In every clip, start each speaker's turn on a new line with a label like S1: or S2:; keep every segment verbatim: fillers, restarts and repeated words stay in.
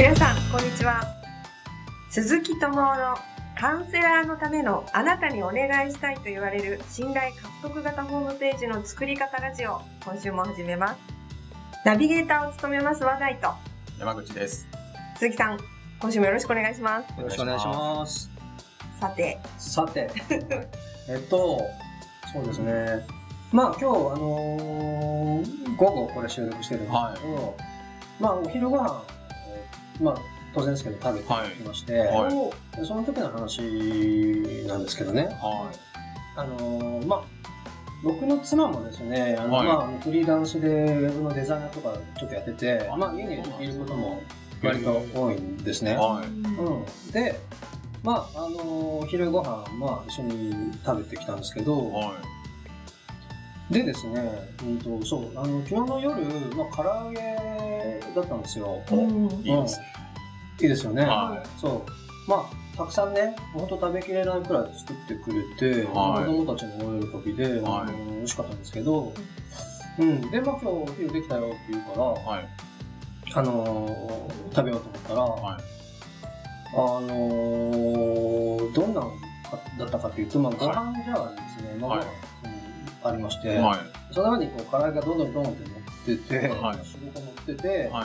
S1: 皆さんこんにちは。鈴木智夫のカウンセラーのためのあなたにお願いしたいと言われる信頼獲得型ホームページの作り方ラジオ、今週も始めます。ナビゲーターを務めます話題と
S2: 山口です。
S1: 鈴木さん、今週もよろしくお願いします。
S3: よろしくお願いします。
S1: さて
S3: さてえっとそうですね、まあ今日あのー、午後これ収録してるんですけど、はい、まあお昼ご飯、まあ当然ですけど食べてきまして、はいはい、その時の話なんですけどね、はい、あのー、まあ僕の妻もですね、あの、はい、まあフリーランスでウェブのデザイナーとかちょっとやってて、まあ家にいることも割と多いんですね。はい、うん、で、まああのー、昼ご飯まあ一緒に食べてきたんですけど、はい、でですね、うんとそうあの昨日の夜まあ唐揚げだったんですよ。
S2: うん、いいですね。
S3: いいですよね。はい、そうまあたくさんね、本当食べきれないくらい作ってくれて、はい、子供たちも大喜びで、はい、美味しかったんですけど、うん、でまあ今日お昼できたよって言うから、はい、あのー、食べようと思ったら、はい、あのー、どんなのだったかっていうと、まあ、ご飯ジャーですね、はい、まあ、ありまして、はい、その中にこう唐揚げがどんどんどんって乗ってて、はい、よんごこ乗ってて、はい、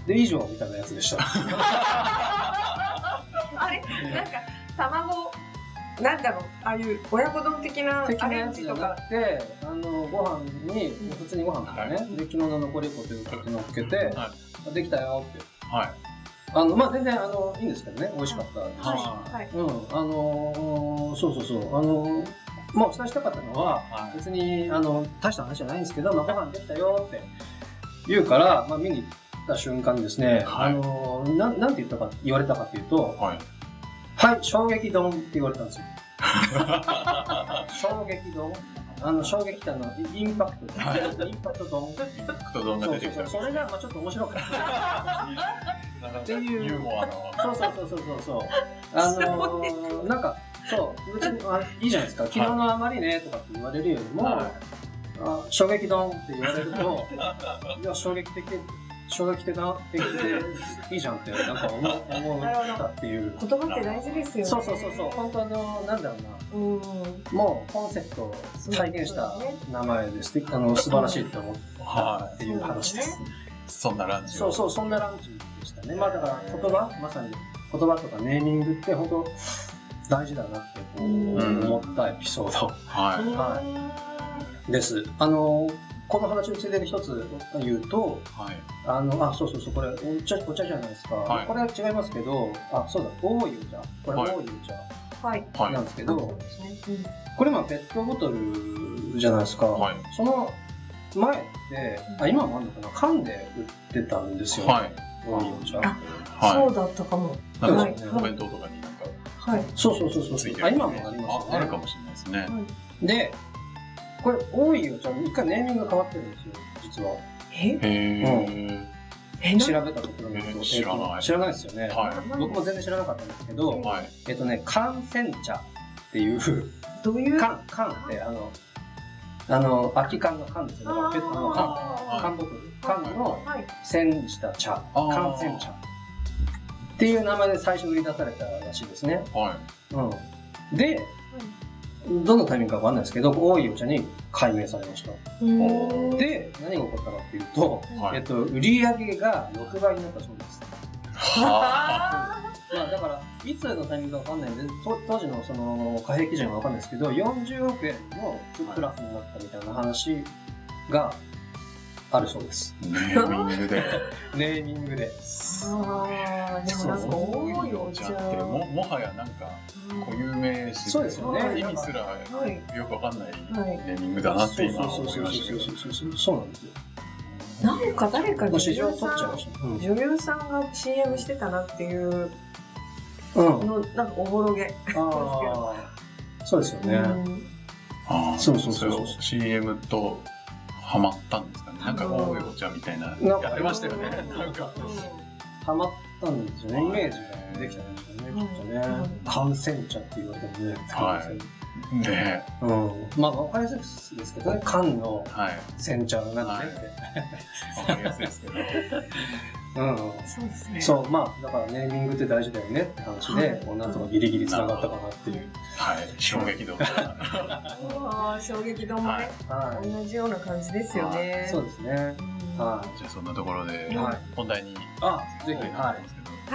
S3: で以上みたいなやつでした。
S1: あれなんか卵なんだろう、ああいう親子丼的なアレンジとか
S3: で、あのご飯に、うん、普通にご飯とかね、はい、で昨日の残りポテト乗っけて、はい、できたよって、はい、あのまあ全然あのいいんですけどね、美味しかったですし、はい、うん、あのー、そうそうそうあのー、まあお伝えしたかったのは、はい、別にあの大した話じゃないんですけど、まあ、ご飯できたよって言うから、まあ見に行った瞬間にですね、はい、あのー、ななんて言ったか言われたかっていうと、はい、はい、衝撃丼って言われたんですよ。衝撃丼、あの衝撃ってあのインパクト、はい、インパクト丼、インパクト丼が出てきた。そうそうそう、それがまあちょっと面白かったっていうユーモアの。そうそうそうそうそう。あのー、なんかそう別にあいいじゃないですか。昨日のあまりねとかって言われるよりも、はい、あ衝撃丼って言われると、いや衝撃的。衝撃的なっていいじゃんってなんか思思ったっていう。
S1: 言葉って大事ですよね。
S3: そうそうそうそう。本当のなんだろうな。うん。もうコンセプトを再現した名前です。あの素晴らしいと思ったっていう話です。
S2: そんなランチ。
S3: そうそう、そんなランチでしたね。まあだから言葉、まさに言葉とかネーミングって本当大事だなってこう思ったエピソード。はいはい。です。あの。この話について一つ言うと、はい、あの、あ、そうそうそう、これお茶、お茶じゃないですか。はい、これは違いますけど、あ、そうだ、多いお茶。これ多いお茶。はい。なんですけど、はい、これまあペットボトルじゃないですか。はい、その前って、あ、今もあるのかな、缶で売ってたんですよ。はい。多いお茶。
S1: あ、はい、そうだったかも。
S2: はい。お弁当とかになんか。
S3: はい。そうそうそうそう。あ、今もありますよね。
S2: あるかもしれないですね。はい、
S3: で、これ多いお茶一回ネーミングが変わってるんですよ、実は。
S1: え？
S3: うん、調べたところによると、
S2: 知らない。
S3: 知らないですよね。はい、僕も全然知らなかったんですけど、はい、えっとね、缶煎茶っていう、
S1: どういう
S3: 缶、缶ってあの、あの、空き缶の缶ですよ。だからペットの缶、缶ボトル、缶の煎じた茶、缶煎茶っていう名前で最初売り出されたらしいですね。はい。うん。で、どのタイミングかわかんないですけど、多いお茶に改名されました。で、何が起こったかっていうと、はい、えっと、売り上げがろくばいになったそうです。まあだから、いつのタイミングかわかんないんで、当時のその貨幣基準はわかんないですけど、よんじゅうおくえんのプラスになったみたいな話があるそうです。
S2: ネーミングで。
S3: ネーミングで。
S1: ああ、でもなんか多いお茶って
S2: も、もはやなんか固有名詞で、そうですよね。意味すらよくわかんないネーミングだなって今思いましたけど。
S3: そうなんですよ。
S1: なんか誰か女
S3: 優
S1: さん、女優さんが シーエム してたなっていうの、なんかおぼろげですけど。
S3: そうですよね。
S2: ああ、そうそうそう。シーエム とハマったんですかね。なんか多いお茶みたいなやってましたよね。なんか
S3: ハマったんですよね。イメージができたんですよね。きっとね。缶煎茶って言われてもね。は
S2: ね
S3: うん。まあ、わかりやすいですけどね、缶の煎茶なんでね。わ、はい、
S2: かりやすいですけど。
S3: うん。
S1: そうですね。
S3: そう、まあ、だからネーミングって大事だよねって話で、はい、なんとかギリギリ繋がったかなっていう。
S2: はい、衝撃度。
S1: ああ、衝撃度もね、はい、同じような感じですよね。
S3: そうですね。
S2: はい。じゃあそんなところで、本題に。
S3: あ、ぜひ、
S2: はい。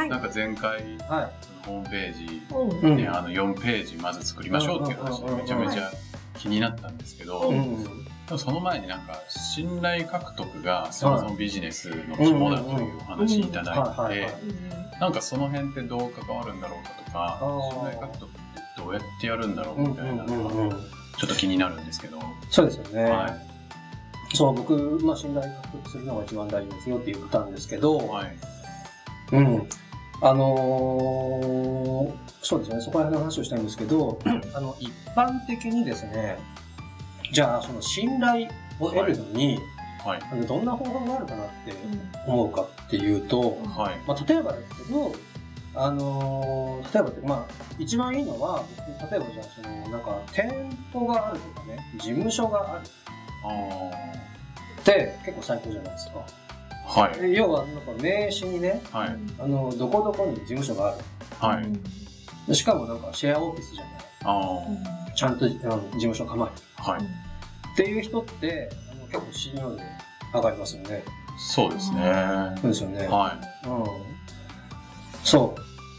S2: なんか前回、はい、ホームページで、うん、あのよんページまず作りましょうっていう話でめちゃめちゃ気になったんですけど、うんでもその前になんか信頼獲得がアマゾンビジネスの肝だというお話いただいて、なんかその辺ってどう関わるんだろうかとか、信頼獲得ってどうやってやるんだろうみたいなのがちょっと気になるんですけど。
S3: そうですよね。はい、そう、僕、まあ信頼獲得するのが一番大事ですよって言ったんですけど、はい、うん。あのー、そうですね、そこら辺の話をしたいんですけど、あの、一般的にですね、じゃあ、その信頼を得るのに、はいはい、どんな方法があるかなって思うかっていうと、はい、まあ、例えばですけど、あのー、例えばって、まあ、一番いいのは、例えばじゃあ、その、なんか、店舗があるとかね、事務所があるって結構最高じゃないですか。はい。要は、なんか名刺にね、はい、あの、どこどこに事務所がある。はい。しかもなんかシェアオフィスじゃない。ああ。ちゃんとあの事務所構える。はい。っていう人って、あの結構信用度上がりますよね。
S2: そうですね。
S3: そうですよね。はい。うん。そう。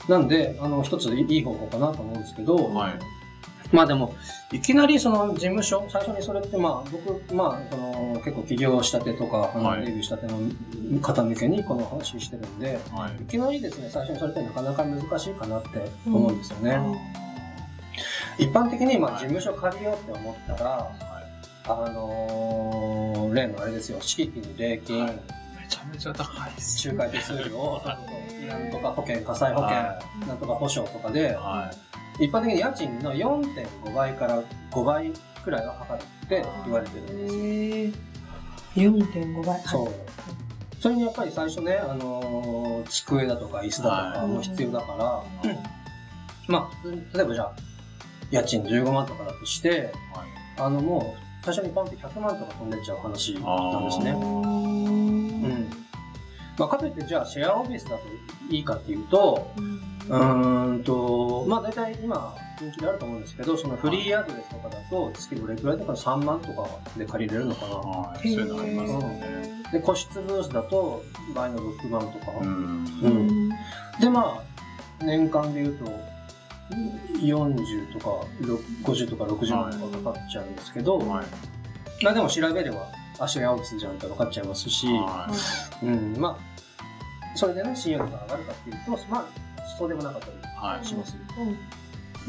S3: なんで、あの、一ついい方法かなと思うんですけど、はい。まあでも、いきなりその事務所、最初にそれってまあ僕、まあその結構起業したてとか、はい、デビューしたての方向けにこの話してるんで、はい、いきなりですね、最初にそれってなかなか難しいかなって思うんですよね。うん、一般的にまあ事務所借りようって思ったら、はい、あのー、例のあれですよ、敷金、礼金、はい、
S2: めちゃめちゃ高いです。
S3: 仲介手数料、なんとか保険、火災保険、はい、なんとか保証とかで、はい一般的に家賃の よんてんご 倍からごばいくらいはかかるって言われてるんです
S1: よ。よんてんご 倍。
S3: そう。それにやっぱり最初ね、あのー、机だとか椅子だとかも必要だから、はい、まあ、例えばじゃあ、家賃じゅうごまんとかだとして、はい、あのもう、最初にポンってひゃくまんとか飛んでっちゃう話なんですね。うん。まあ、かといってじゃあ、シェアオフィスだといいかっていうと、うんうーんと、まあ大体今人気であると思うんですけど、そのフリーアドレスとかだと月どれくらいとかさんまんとかで借りれるのかな。
S2: はい、そういうのありますよね。
S3: で、個室ブースだと倍のろくまんとか。うん。うん。で、まあ、年間で言うとよんじゅうとかごじゅうとかろくじゅうまんとかかかっちゃうんですけど、はい、まあでも調べれば、あ、シェアオフィスじゃんって分かっちゃいますし、はい、うん、まあ、それでね、信用度が上がるかっていうと、まあ、そうでもなかったりします。はい、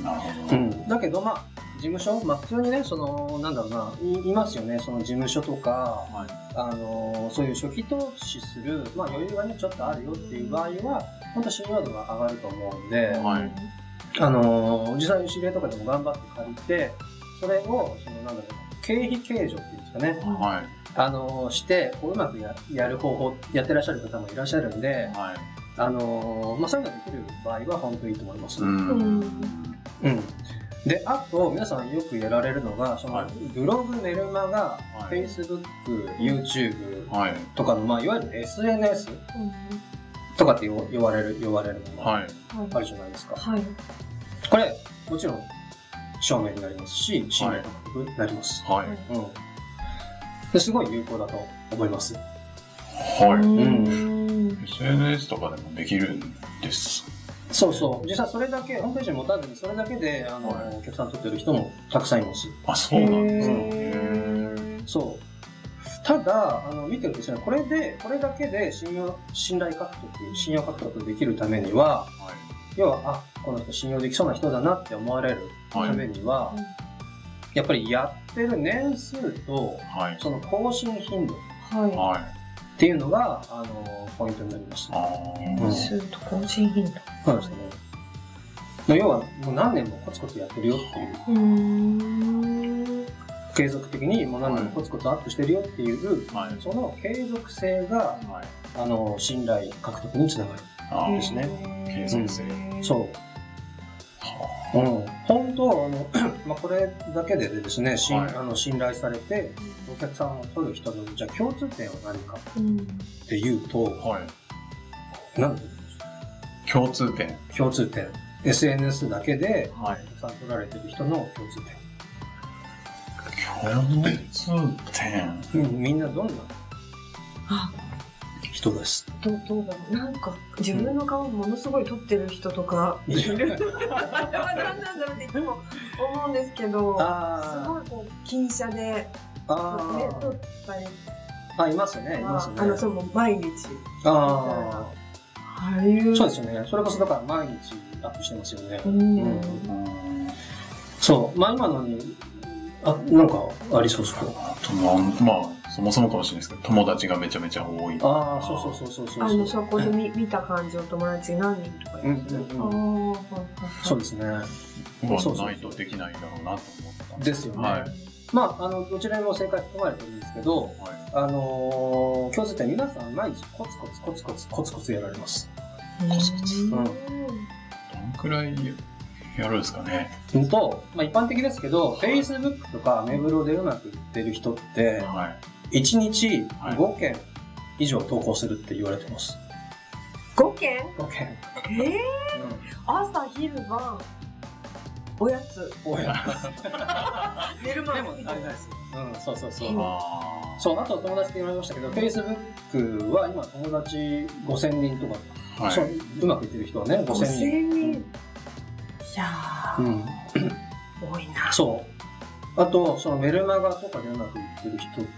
S3: なるほど。うん。だけど、まあ、事務所、まあ、普通にね、その、なんだろうな、い, いますよね、その事務所とか、はい、あの、そういう初期投資する、まあ、余裕がね、ちょっとあるよっていう場合は、本当信用度が上がると思うんで、はい、あの、実際に知り合いとかでも頑張って借りて、それを、その、なんだろう、経費計上っていうんですかね。はい。あの、して、こううまく や, やる方法、やってらっしゃる方もいらっしゃるんで、はい。あのー、まあ、そういうのができる場合は本当にいいと思います。うん。うん。で、あと、皆さんよくやられるのが、その、ブログ、メルマガ、はい、Facebook、YouTube とかの、まあ、いわゆる エスエヌエス とかって呼ばれる、呼ばれるのがあるじゃないですか。はい。これ、もちろん、証明になりますし、信頼獲得になります。はい。うん。ですごい有効だと思います。
S2: はい。うん。エスエヌエス とかでもできるんです。
S3: そうそう。実際それだけ、ホームページ持たずにそれだけで、あの、はい、お客さん取ってる人もたくさんいます。
S2: あ、そうなんですか。へ
S3: そう。ただ、あの、見てるとですね、これで、これだけで信用、信頼獲得、信用獲得できるためには、はい、要は、あ、この人信用できそうな人だなって思われるためには、はい、やっぱりやってる年数と、はい、その更新頻度。はい。はいっていうのが、あの、ポイントになります。
S1: 年数と更新頻度。
S3: そうですね。要は、もう何年もコツコツやってるよっていう。うーん継続的にもう何年もコツコツアップしてるよっていう、はい、その継続性が、はい、あの、信頼獲得につながるんですね。
S2: 継続性。
S3: うん、そう。 うん、本当あの、まあ、これだけでですね、しん、はい、あの信頼されてお客さんを取る人のじゃあ共通点は何かっていうと、うん、はい、何だと思います
S2: 共通点
S3: 共通点 エスエヌエス だけでお客さん取られてる人の共通
S2: 点共通点、
S3: うん、みんなどんな人です。
S1: ど, どうだろう、なんか自分の顔ものすごい撮ってる人とかいる、うん、何なんだろうっていつも思うんですけど、あすごいこう金車であ、ね、撮ったり、
S3: あいますねいますね、
S1: あのそうも毎日
S3: あああいうそうですよね、それこそだから毎日アップしてますよね、うんうん、そうまあ今のにあなんかありそうですか。
S2: まあそもそもかもしれないですけど、友達がめちゃめちゃ多い。
S3: ああ、そうそうそうそうそう。
S1: あの、そこで見見た感じの友達何人とかいますね。うんうん、ああ、
S3: そうですね。
S2: そうないとできないだろうなと思ったん
S3: ですよね。はい、まあ、あの、どちらにも正解含まれてるんですけど、はい、あのー、共通点皆さん毎日コツコツコツコツコツコツやられます。
S2: コツコツ。うん。どんくらいやるんですかね。
S3: うんと、まあ一般的ですけど、はい、Facebook とかアメブロでうまくいってる人って、はい、いちにちごけん以上投稿するって言われてます。
S1: ごけん ?
S3: ご 件。え
S1: ーうん、朝、昼、晩、おやつ。
S3: おや
S1: つ。寝る前。
S3: でも、あれないです。うん、そうそうそう。そう、あと友達って言われましたけど、Facebook は今友達ごせんにんとか、はい、そううまくいってる人はね、ごせんにん。
S1: ごせんにん。いやー、うん、多いな。
S3: そう。あと、そのメルマガとかでうまくいってる人って、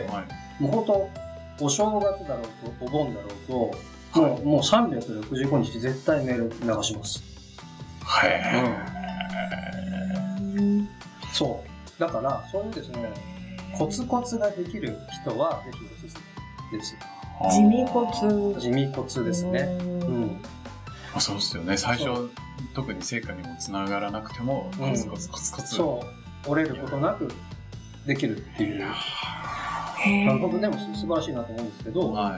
S3: はい、もう本当、お正月だろうと、お盆だろうと、はい、もう、もうさんびゃくろくじゅうごにち絶対メール流します。
S2: へ
S3: ー、うん。そう。だから、そういうですね、コツコツができる人は、ぜひおすすめです。
S1: 地味コツ。
S3: 地味コツですね。うん。
S2: そうですよね。最初、特に成果にもつながらなくても、コツコツコツコツ。
S3: そう。折れることなくできるっていう。僕でも素晴らしいなと思うんですけど、はい、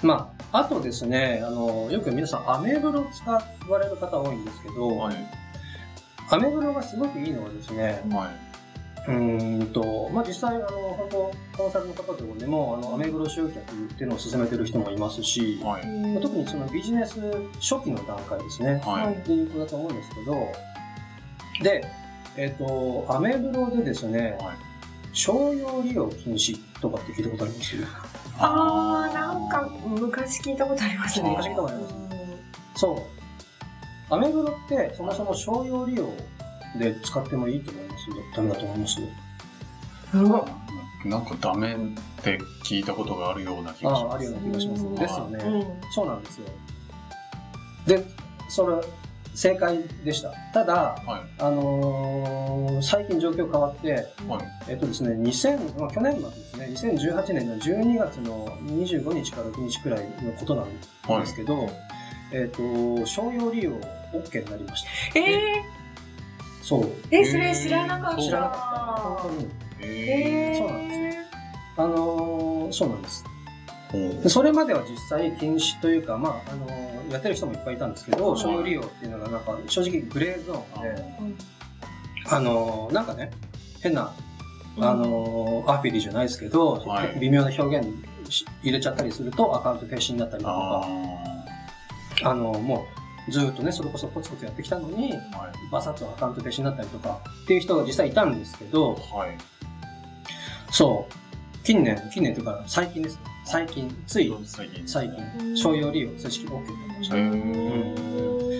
S3: まあ、あとですね、あの、よく皆さんアメブロ使われる方多いんですけど、はい、アメブロがすごくいいのはですね、はい、うーんと、まあ、実際、あの、本当コンサルの方とかでも、あの、アメブロ集客っていうのを進めてる人もいますし、はい、まあ、特にそのビジネス初期の段階ですね、はい、っていうことだと思うんですけど、で、えっと、アメブロでですね、はい、商用利用禁止とかって聞いたことあります？
S1: あー、なんか昔聞いたことありますね。
S3: 昔聞いたことあります。そう。アメブロってそもそも商用利用で使ってもいいと思います？ダメだと思います？
S2: うん、なんかダメって聞いたことがあるような気がします。
S3: ああ、あるような気がします。ですよね、うん。そうなんですよ。で、それ、正解でした。ただ、はい、あのー、最近状況変わって、はい、えっとですね、にせん、まあ、去年末ですね、にせんじゅうはちねんのじゅうにがつのにじゅうごにちからろくにちくらいのことなんですけど、はい、えっと、商用利用 OK になりました。
S1: え
S3: ー、そう。
S1: え、それ知らなかった。
S3: 知らなかった。本当に。えー、そうなんですよ。あのー、そうなんです。それまでは実際禁止というか、まあ、あのー、やってる人もいっぱいいたんですけど、商用利用っていうのがなんか正直グレーゾーンで、あのー、なんかね、変な、あのー、アフィリじゃないですけど、はい、微妙な表現入れちゃったりするとアカウント停止になったりとか、あのー、もうずっとね、それこそコツコツやってきたのに、はい、バサッとアカウント停止になったりとかっていう人が実際いたんですけど、はい、そう、近年、近年というか最近ですね。最近、つい最近、商用利用正式 OK になりました。うん、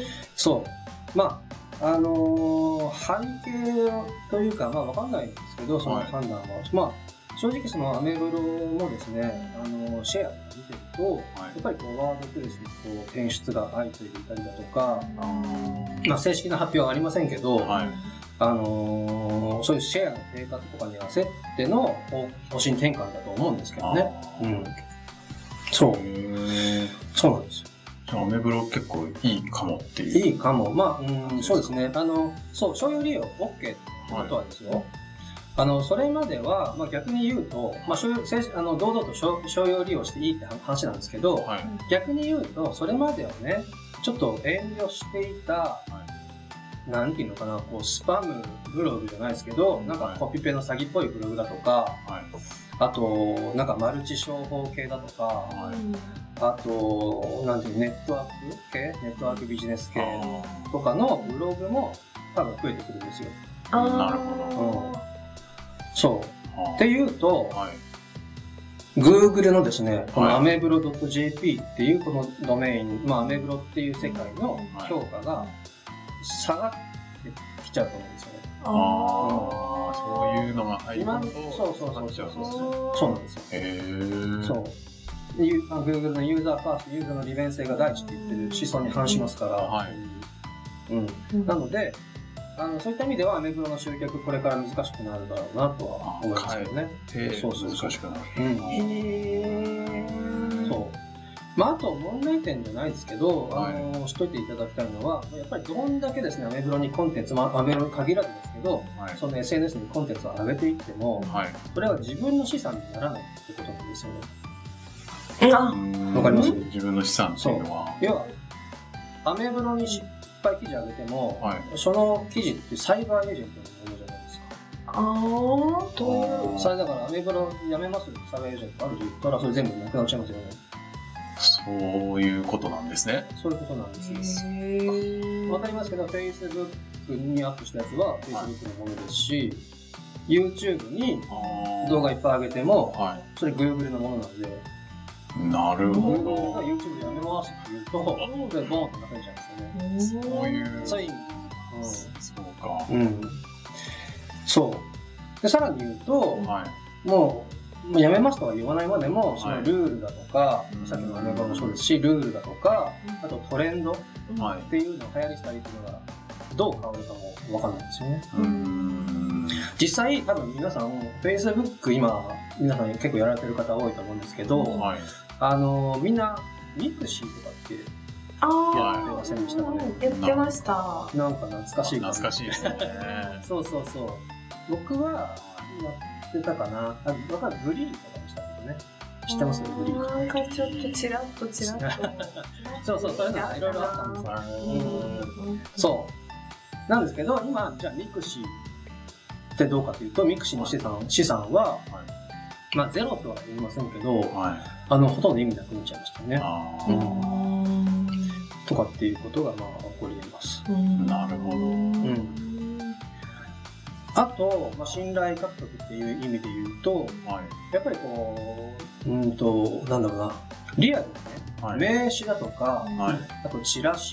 S3: そう。まあ、あのー、背景というか、まあわかんないんですけど、その判断は。はい、まあ、正直そのアメブロもですね、あのー、シェアとか見てると、はい、やっぱりこうワードプレスにこう転出が相次いでいたりだとか、まあ正式な発表はありませんけど、はい、あのー、そういうシェアの低下とかに焦っての方針転換だと思うんですけどね。うん。そう。そうなんですよ。
S2: じゃあ、アメブロ結構いいかもっていう。
S3: いいかも。まあ、うん、そうですね。あの、そう、商用利用 OK ってことはですよ。はい、あの、それまでは、まあ逆に言うと、まあ、商用、あの、堂々と商、商用利用していいって話なんですけど、はい、逆に言うと、それまではね、ちょっと遠慮していた、はい、 なんていうのかな、こう、スパムブログじゃないですけど、なんかコピペの詐欺っぽいブログだとか、はい、あと、なんかマルチ商法系だとか、はい、あと、なんていう、ネットワーク系ネットワークビジネス系とかのブログも多分増えてくるんですよ。
S2: ああ、なるほど。
S3: うん、そう。っていうと、はい、Google のですね、このアメブロ .jp っていうこのドメイン、まあアメブロっていう世界の評価が下がってきちゃうと思うんですよね。
S2: ああ、そういうのが入ると、
S3: そうそうそうそうそう。そうなんですよ。へー。そう。Google のユーザーファースト、ユーザーの利便性が第一って言ってる思想に反しますから。はい。うん。なので、あのそういった意味ではアメブロの集客これから難しくなるだろうなとは思いますよね。
S2: そうそう難しくなる。
S3: うん。へー。そう。まああと問題点じゃないですけど、はい、あのしといていただきたいのはやっぱりどんだけですねアメブロにコンテンツ、まあアメブロに限らずですけど、はい、その エスエヌエス にコンテンツを上げていっても、はい、それは自分の資産にならないってことなんですよね。わかります？
S2: 自分の資産っていうのは、
S3: 要はアメブロにいっぱい記事上げても、はい、その記事ってサイバーエージェントのものじゃないですか。ああ、という。それだからアメブロやめますサイバーエージェントあるって言ったらそれ全部なくなっちゃいますよね。
S2: そういうことなんですね。
S3: そういうことなんです。わかりますけど、Facebook にアップしたやつは Facebook のものですし、はい、YouTube に動画いっぱい上げても、はい、それ Google のものなんで。
S2: なるほど。
S3: Google が YouTube やめますって言うと、それボーンってなくなっちゃうんですよね。
S2: そういう。
S3: そういう意味。
S2: うん、そうか。
S3: うん。そう。で、さらに言うと、はい、もう、もうやめますとは言わないまでも、そのルールだとか、はい、さっきのアメブロもそうですし、ルールだとか、あとトレンドっていうのを流行りしたりっていうのがどう変わるかもわかんないですよね。うん、実際多分皆さん、Facebook 今、皆さん結構やられてる方多いと思うんですけど、はい、あの、みんなミクシーとかってやってませんでしたかね。
S1: やってました。
S3: なんか懐かしい
S2: か懐かしいですね。
S3: そうそうそう。僕は、出たかなあ、わかるグリーンとかでしたけどね。知ってますグリーン。
S1: なんかちょっとチラッとチラッと。
S3: そうそう、そういうのがいろいろあったんですよ。そう。なんですけど、今、じゃあミクシーってどうかというと、ミクシーの資産、資産は、はい、まあゼロとは言いませんけど、はい、あの、ほとんど意味なくなっちゃいましたよね。うん、とかっていうことが、まあ、起こり得ます。
S2: なるほど。うん
S3: あと、まあ、信頼獲得っていう意味で言うと、はい、やっぱりこう、うんと、なんだろうな、リアルなね、はい、名刺だとか、はい、あとチラシ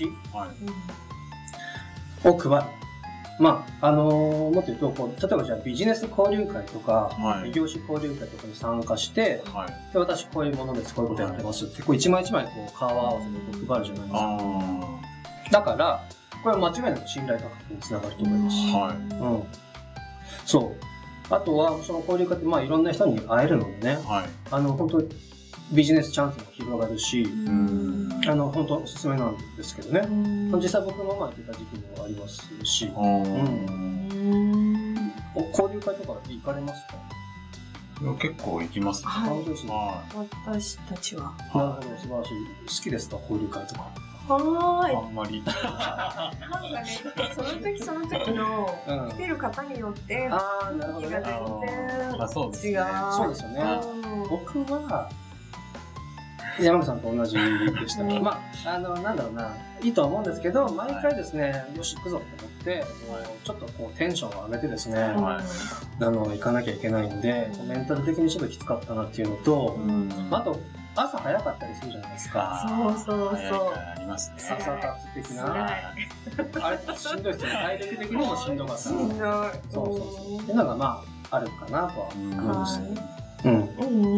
S3: を配る。まあ、あのー、もっと言うとこう、例えばじゃあビジネス交流会とか、はい、異業種交流会とかに参加して、はい、で私こういうものです、こういうことやってますって、こう一枚一枚こう顔合わせて配るじゃないですか。だから、これは間違いなく信頼獲得につながると思います。はい、うんそう。あとは、その交流会って、まあ、いろんな人に会えるのでね、はい、あの、本当ビジネスチャンスも広がるし、あの、本当おすすめなんですけどね。実際僕もまあ、行ってた時期もありますし、うん、交流会とか行かれますか？
S2: 結構行きますね。
S1: はい、私たちは。
S3: なるほど、素晴らしい。好きですか？交流会とか。
S1: はーい。
S2: あんまり。
S1: なんかね、その時その時の来てる方によって、雰囲気が全然違う。
S3: そうですよね。僕は、山口さんと同じでしたね。まあ、あの、なんだろうな、いいとは思うんですけど、毎回ですね、よし、行くぞって思って、ちょっとこうテンションを上げてですね、あの、行かなきゃいけないんで、メンタル的にちょっときつかったなっていうのと、あと、朝早かったりするじゃないですか。
S1: そうそうそう。
S2: ありますね。
S3: 朝活的な。あれしんどいですよね。体力的にもしんどかった。
S1: しんどい。
S3: そうそうそう。っていうのがまあ、あるかなとは思いますね。うん。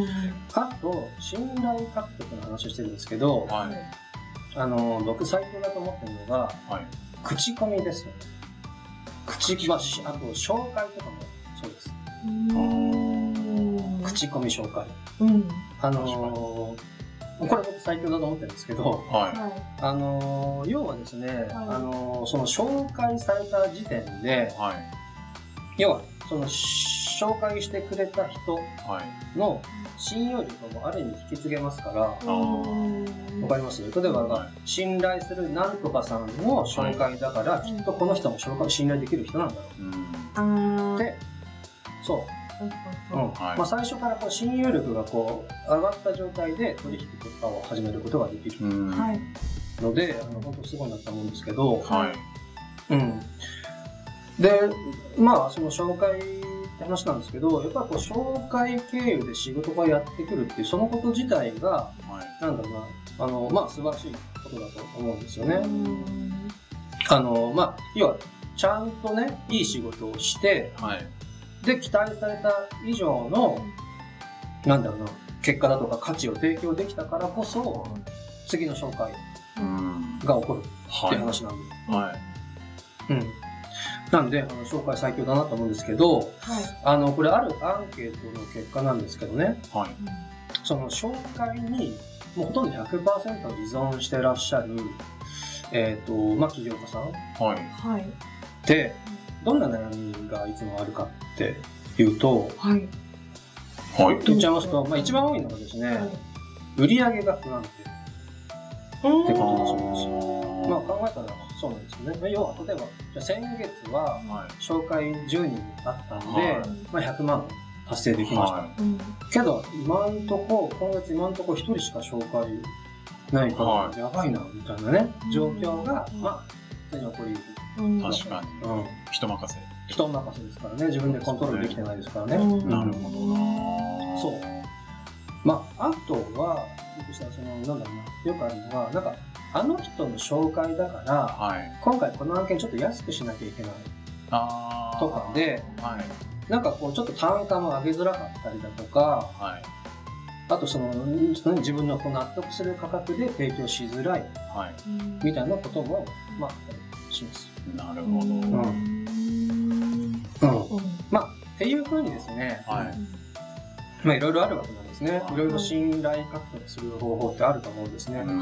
S3: あと、信頼獲得の話をしてるんですけど、あの、僕最強だと思ってるのが、口コミですよね。口、まあ、あと紹介とかもそうです。口コミ紹介。あのー、これ僕最強だと思ってるんですけど、はい、あのー、要はですね、はい、あのー、その紹介された時点で、はい、要はその紹介してくれた人の信用力もある意味引き継げますから、わかります？例えば、はい、信頼するなんとかさんの紹介だから、はい、きっとこの人も紹介信頼できる人なんだろう、うん、で、そう、うんはいまあ、最初からこう信用力がこう上がった状態で取引とかを始めることができるので、あの本当すごいなと思うんですけど、はいうん、でまあその紹介って話なんですけど、やっぱりこう紹介経由で仕事がやってくるっていうそのこと自体が、はい、なんだろうなあのまあ素晴らしいことだと思うんですよね。あのまあ要はちゃんとねいい仕事をして、はい、で期待された以上のなんだろうな結果だとか価値を提供できたからこそ次の紹介が起こるっていう話なんで、はいはいうん、なんであの紹介最強だなと思うんですけど、はい、あのこれあるアンケートの結果なんですけどね、はい、その紹介にもうほとんど ひゃくパーセント 依存してらっしゃる、えーとまあ、起業家さん、はい、でどんな悩みがいつもあるかっていうと、はいはい、言っちゃいますと、まあ、一番多いのがですね、はい、売上が不安定ってことだそうです。まあ考えたらそうなんですよね。要は例えばじゃあ先月は紹介じゅうにんあったんで、はい、まあ、ひゃくまん達成できました。はい、けど今んとこ今月今んとこひとりしか紹介ないから、はい、やばいなみたいなね状況が、まあ普通に起こり得る。
S2: 確かに、うん、人任せ
S3: 人任せですからね自分でコントロールできてないですからね、
S2: うん、なるほどな
S3: そうまああとは僕したらそのなんだろうなよくあるのはなんかあの人の紹介だから、はい、今回この案件ちょっと安くしなきゃいけないあとかで、はい、なんかこうちょっと単価も上げづらかったりだとか、はい、あとその自分のこう納得する価格で提供しづらい、はい、みたいなこともまあします。
S2: なるほど。うん。うん。
S3: まあっていう風にですね。はい。まあいろいろあるわけなんですね。いろいろ信頼獲得する方法ってあると思うんですね。はい。うん。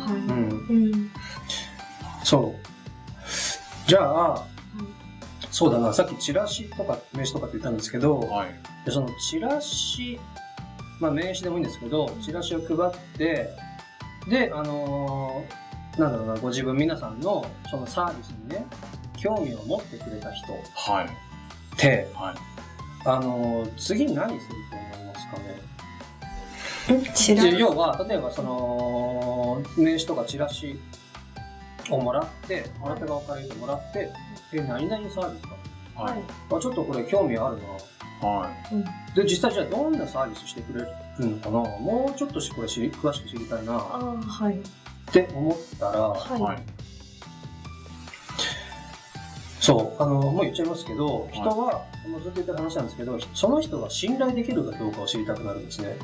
S3: そう。じゃあ、そうだな。さっきチラシとか名刺とかって言ったんですけど、はい。でそのチラシ、まあ名刺でもいいんですけど、チラシを配って、であのー。なんだろうな、ご自分皆さんのそのサービスにね、興味を持ってくれた人って、はいはい、あの、次に何すると思いますかね？要は、例えばその、名刺とかチラシをもらって、あなた側から言うともらって、え、何々サービスか、はい、あちょっとこれ興味あるな。はい、で、実際じゃあどんなサービスしてくれるのかな？もうちょっとこれ知り詳しく知りたいな。あはいって思ったら、はい、そう、あの、もう言っちゃいますけど、はい、人は、もうずっと言ってる話なんですけど、その人が信頼できるかどうかを知りたくなるんですね。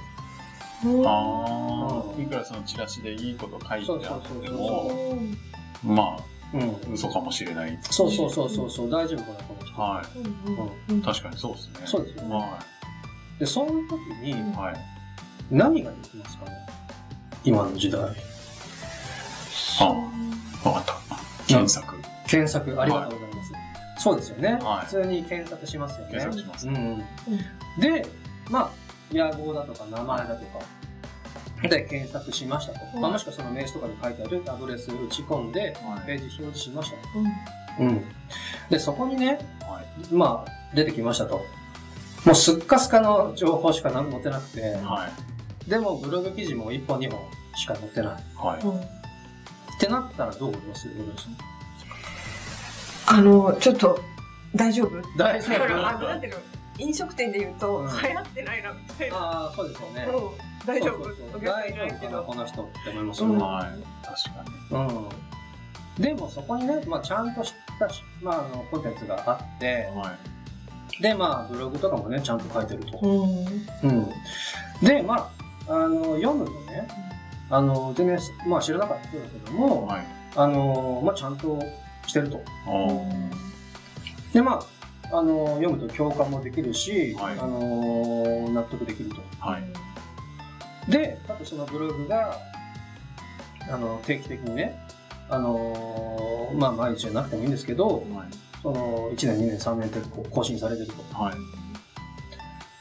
S2: ああ、いくらそのチラシでいいこと書いてあっても、まあ、うん、嘘かもしれない。
S3: そうそうそうそうそう、大丈夫かな、この人。
S2: はい。うん、確かにそうですね。
S3: そうですよね。はい。で、その時に、はい、何ができますかね？今の時代。
S2: あ、わかった。検索。
S3: 検索、ありがとうございます。はい、そうですよね、はい。普通に検索しますよね。
S2: 検索します、
S3: ね。うん。で、まあ、屋号だとか名前だとか、で検索しましたと。うんまあ、もしくはその名刺とかに書いてあるアドレス打ち込んで、ページ表示しましたと。うん。うん。で、そこにね、はい、まあ、出てきましたと。もうすっかすかの情報しか載ってなくて、はい、でもブログ記事もいっぽんにほんしか載ってない。はい。うんってなったらどう思います？
S1: あの、ちょっと、大丈夫？
S3: 大丈夫。
S1: あの、なんていうの、飲食店で言うと、うん、流行ってないな、みたいな。
S3: ああ、そうですよね。
S1: うん、大丈夫。
S3: そうそうそう大丈夫かな、この人って思いますよね。うん、
S2: はい。確かに。
S3: うん。でもそこにね、まあちゃんとした、まああの、コンテンツがあって、はい、で、まあブログとかもね、ちゃんと書いてると。うん。うん。で、まあ、あの、読むとね、あの、全然、まあ知らなかったけども、はい、あの、まあちゃんとしてると。で、まあ、あの、読むと共感もできるし、はい、あの、納得できると。はい、で、あとそのブログが、あの、定期的にね、あの、まあ毎日じゃなくてもいいんですけど、はい、その、いちねん、にねん、さんねんって更新されてると。はい、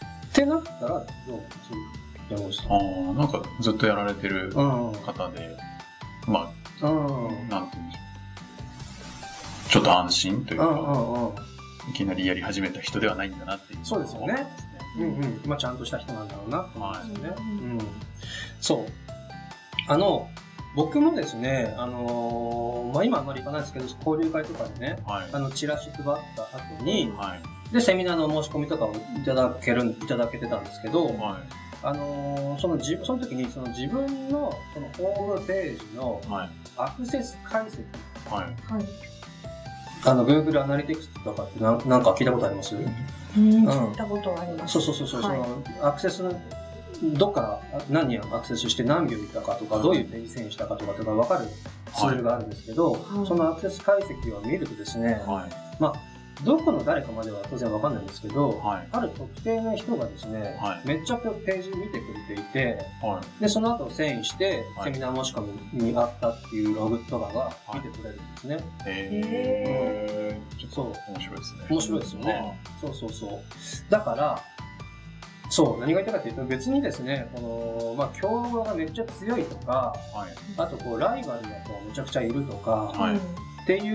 S3: てなったらどう山口さん。
S2: ああ、なんかずっとやられてる方で、うん、まあ、うん、なんていうんでしょう。ちょっと安心というか、うんうんうん、いきなりやり始めた人ではないんだなっていう、ね。
S3: そうですよね。うんうん。まあちゃんとした人なんだろうなと思うんですよね。はい、うん。そう。あの、僕もですね、あのー、まあ今あんまり行かないですけど、交流会とかでね、はい、あの、チラシ配った後に、はい、で、セミナーの申し込みとかをいただける、いただけてたんですけど、はい、あのー、その自分、その時にその自分のそのホームページのアクセス解析、はいはい、あの、Google アナリティクスとかってななんか聞いたことあります？うん、
S1: 聞いたことあります。
S3: そうそうそう、はい、そのアクセスのどっから何人アクセスして何秒いったかとか、どういうページ遷移したかとかとか分かるツールがあるんですけど、はい、そのアクセス解析を見るとですね、はい、まあ、どこの誰かまでは当然分かんないんですけど、はい、ある特定の人がですね、はい、めっちゃページ見てくれていて、はい、で、その後遷移して、セミナー申し込みにあったっていうログとかが見てくれるんですね。
S2: へー。そう。面白いですね。
S3: 面白いですよね。そうそうそう。だから、そう、何が言いたいかというと、別にですね、この、まあ、競合がめっちゃ強いとか、はい、あと、こう、ライバルがこうめちゃくちゃいるとか、はい、っていう、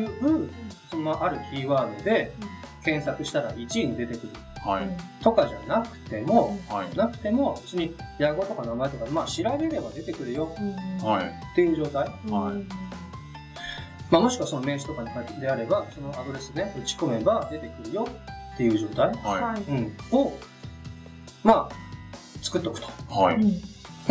S3: その、あるキーワードで検索したらいちいに出てくる。はい、とかじゃなくても、はい、なくても、別に、野号とか名前とか、まあ、調べれば出てくるよ、はい、っていう状態。はい、まあ、もしくはその名刺とかに書いてであれば、そのアドレスね、打ち込めば出てくるよっていう状態、はい、うん、を、まあ、作っとくと。はい。うん。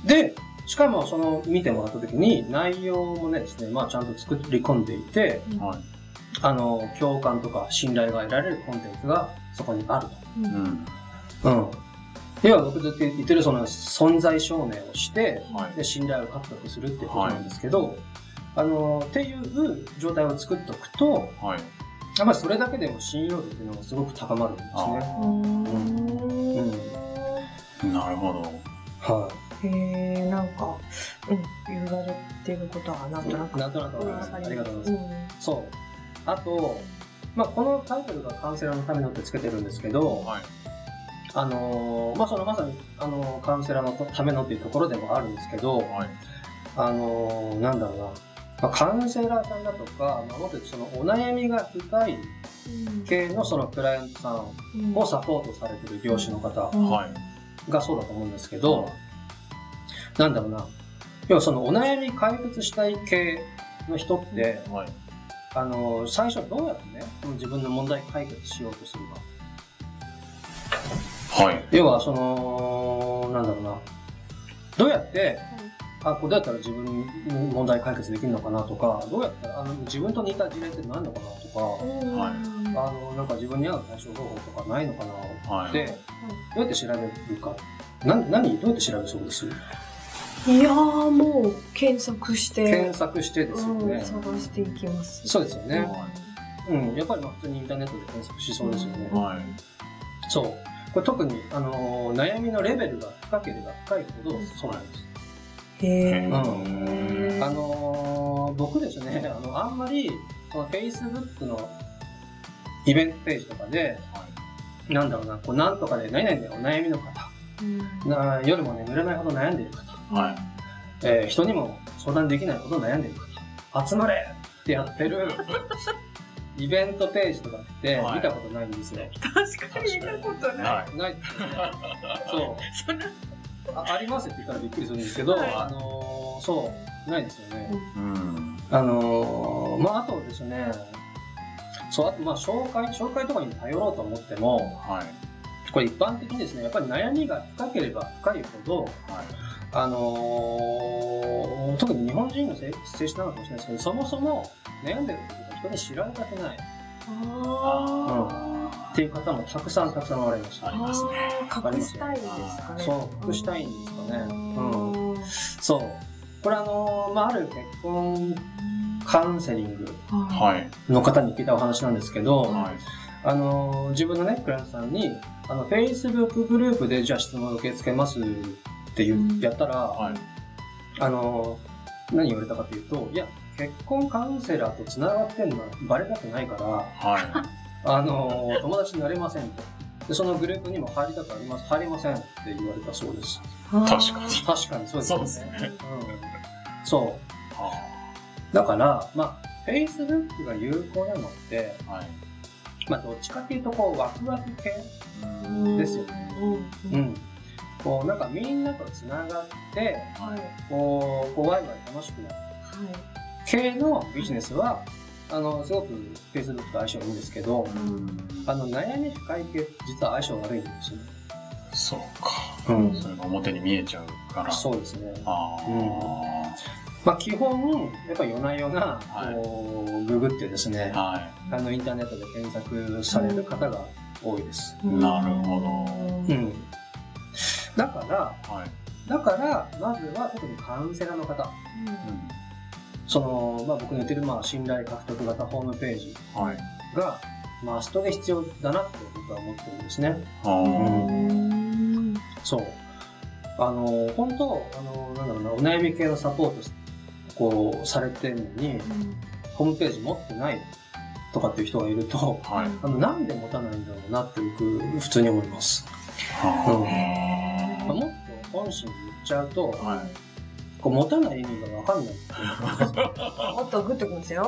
S3: で、しかもその見てもらったときに内容もねですね、まあちゃんと作り込んでいて、はい、あの、共感とか信頼が得られるコンテンツがそこにあると。うん。うん。要は僕ずっと言ってるその存在証明をして、はい、で、信頼を獲得するっていうことなんですけど、はい、あの、っていう状態を作っとくと、はい、やっぱりそれだけでも信用度っていうのがすごく高まるんですね。
S2: うん、なるほど。
S3: はい。
S1: へえ、なんか、うん、言われてることはなんとなく。
S3: なんとなくわかります。ありがとうございます。うん、そう。あと、まあ、このタイトルがカウンセラーのためのってつけてるんですけど、はい、あのー、まあ、そのまさに、あのー、カウンセラーのためのっていうところでもあるんですけど、はい、あのー、なんだろうな、まあ、カウンセラーさんだとか、まあ、もっとそのお悩みが深い系のそのクライアントさんをサポートされてる業種の方がそうだと思うんですけど、なんだろうな、要はそのお悩み解決したい系の人って、はい、あの、最初どうやってね、自分の問題解決しようとするか。はい。要はその、なんだろうな、どうやって、あ、これどうやったら自分の問題解決できるのかなとか、どうやったらあの自分と似た事例って何のかなとか、はい、あの、なんか自分に合う対処方法とかないのかなって、はい、どうやって調べるか。な、何どうやって調べそうです？
S1: いやー、もう検索して。
S3: 検索してですよね。
S1: うん、探していきます。
S3: そうですよね。うん、やっぱりまあ普通にインターネットで検索しそうですよね。うん、はい。そう。これ特に、あのー、悩みのレベルが深ければ深いほどそうなんです。
S1: へー。
S3: うん。あのー、僕ですね、あの、あんまり、その Facebook のイベントページとかで、はい、なんだろうな、こう、なんとかで何々でお悩みの方、うん、な夜も眠れないほど悩んでいる方、はい、えー、人にも相談できないほど悩んでいる方、集まれってやってるイベントページとかって見たことないんですよ。
S1: 確かに見たことない。
S3: ないですよね。そう。あ, ありますって言ったらびっくりするんですけど、はい、あのー、そう、ないですよね。うん、あのー、まあ、あとですね、そう、あと、まあ、紹介、紹介とかに頼ろうと思っても、はい、これ一般的にですね、やっぱり悩みが深ければ深いほど、はい、あのー、特に日本人の性質なのかもしれないですけど、そもそも悩んでることが人に知られたくない。あうん、っていう方もたくさんたくさんおられました。
S1: ありますね。隠したいんですかね。
S3: そう、隠したいんですかね。うん、そう。これあのー、まあ、ある結婚カウンセリングの方に聞いたお話なんですけど、はい、あのー、自分のね、クライアントさんに、あの、Facebook グループでじゃあ質問受け付けますって言う、やったら、はい、あのー、何言われたかというと、いや、結婚カウンセラーと繋がってんのはバレたくないから、はい、あのー、友達になれませんと。 でそのグループにも入りたくあります入りませんって言われたそうです。
S2: 確かに
S3: 確かにそうですね。
S2: そうですね。
S3: うん、そうだからまあ Facebook が有効なのって、はい、まあどっちかっていうとこうワクワク系ですよね。うん、うん、こうなんかみんなとつながって、はい、こうこうワイワイ楽しくなる、はい、系のビジネスはあのすごく Facebook と相性いいんですけど、うん、あの悩み深い系実は相性悪いんですよね。
S2: そうか、うん、それが表に見えちゃうから。
S3: そうですね。あ、うん、まあ基本やっぱり夜な夜なこうググってですね、はい、あのインターネットで検索される方が多いです。
S2: うん、なるほど。
S3: うん。だから、はい、だからまずは特にカウンセラーの方、うん、そのまあ僕の言ってるまあ信頼獲得型ホームページが、はい、マストで必要だなって僕は思ってるんですね。うん、そう。あの本当あのなんだろうなお悩み系のサポートこうされてるのに、うん、ホームページ持ってないとかっていう人がいると、はい、あのなんで持たないんだろうなって僕普通に思います。うん、もっと本心に言っちゃうと、はい、こう持たない意味が分かんない
S1: もっとグッときますよ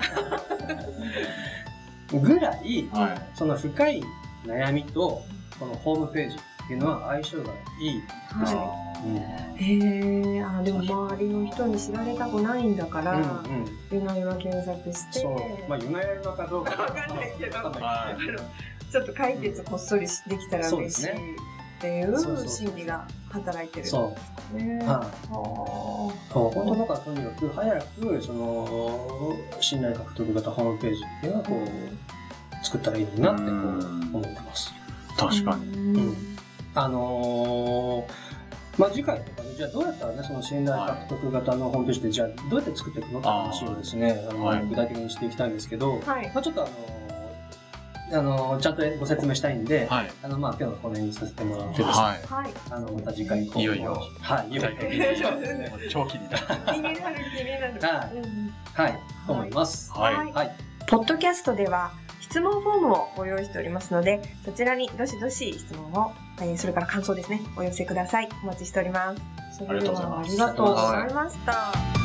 S3: ぐらい、はい、その深い悩みとこのホームページっていうのは相性がいいですね。うん、
S1: へえ、あでも周りの人に知られたくないんだから、うんうん、夜な夜な検索して、
S3: そう、まあ夜な夜なかどうか
S1: わかんないけど、ちょっと解決こっそりできたら嬉しいっていう心理が働いてる。
S3: そう。ね、はい。そう本当だからとにかく早くその信頼獲得型ホームページっていうのはこう作ったらいいのになってこう思ってます。
S2: 確かに。うん。
S3: あのー。まあ次回とかにじゃあどうやったらねその信頼獲得型のホームページでじゃあどうやって作っていくのって話をですねあの、はい、具体的にしていきたいんですけど、はい、まあちょっとあのー、あのー、ちゃんとご説明したいんで、はい、あのまあ今日のこの辺にさせてもらってですね、はい、あのまた次回
S2: いよいよ
S3: はいいよいよ
S2: 長期になる
S1: 気になる気になる
S3: はい、はい、と思います。
S1: はい、はいはい、ポッドキャストでは質問フォームをご用意しておりますので、そちらにどしどし質問を、えー、それから感想ですね、お寄せください。お待ちしております。それではありがとうございました。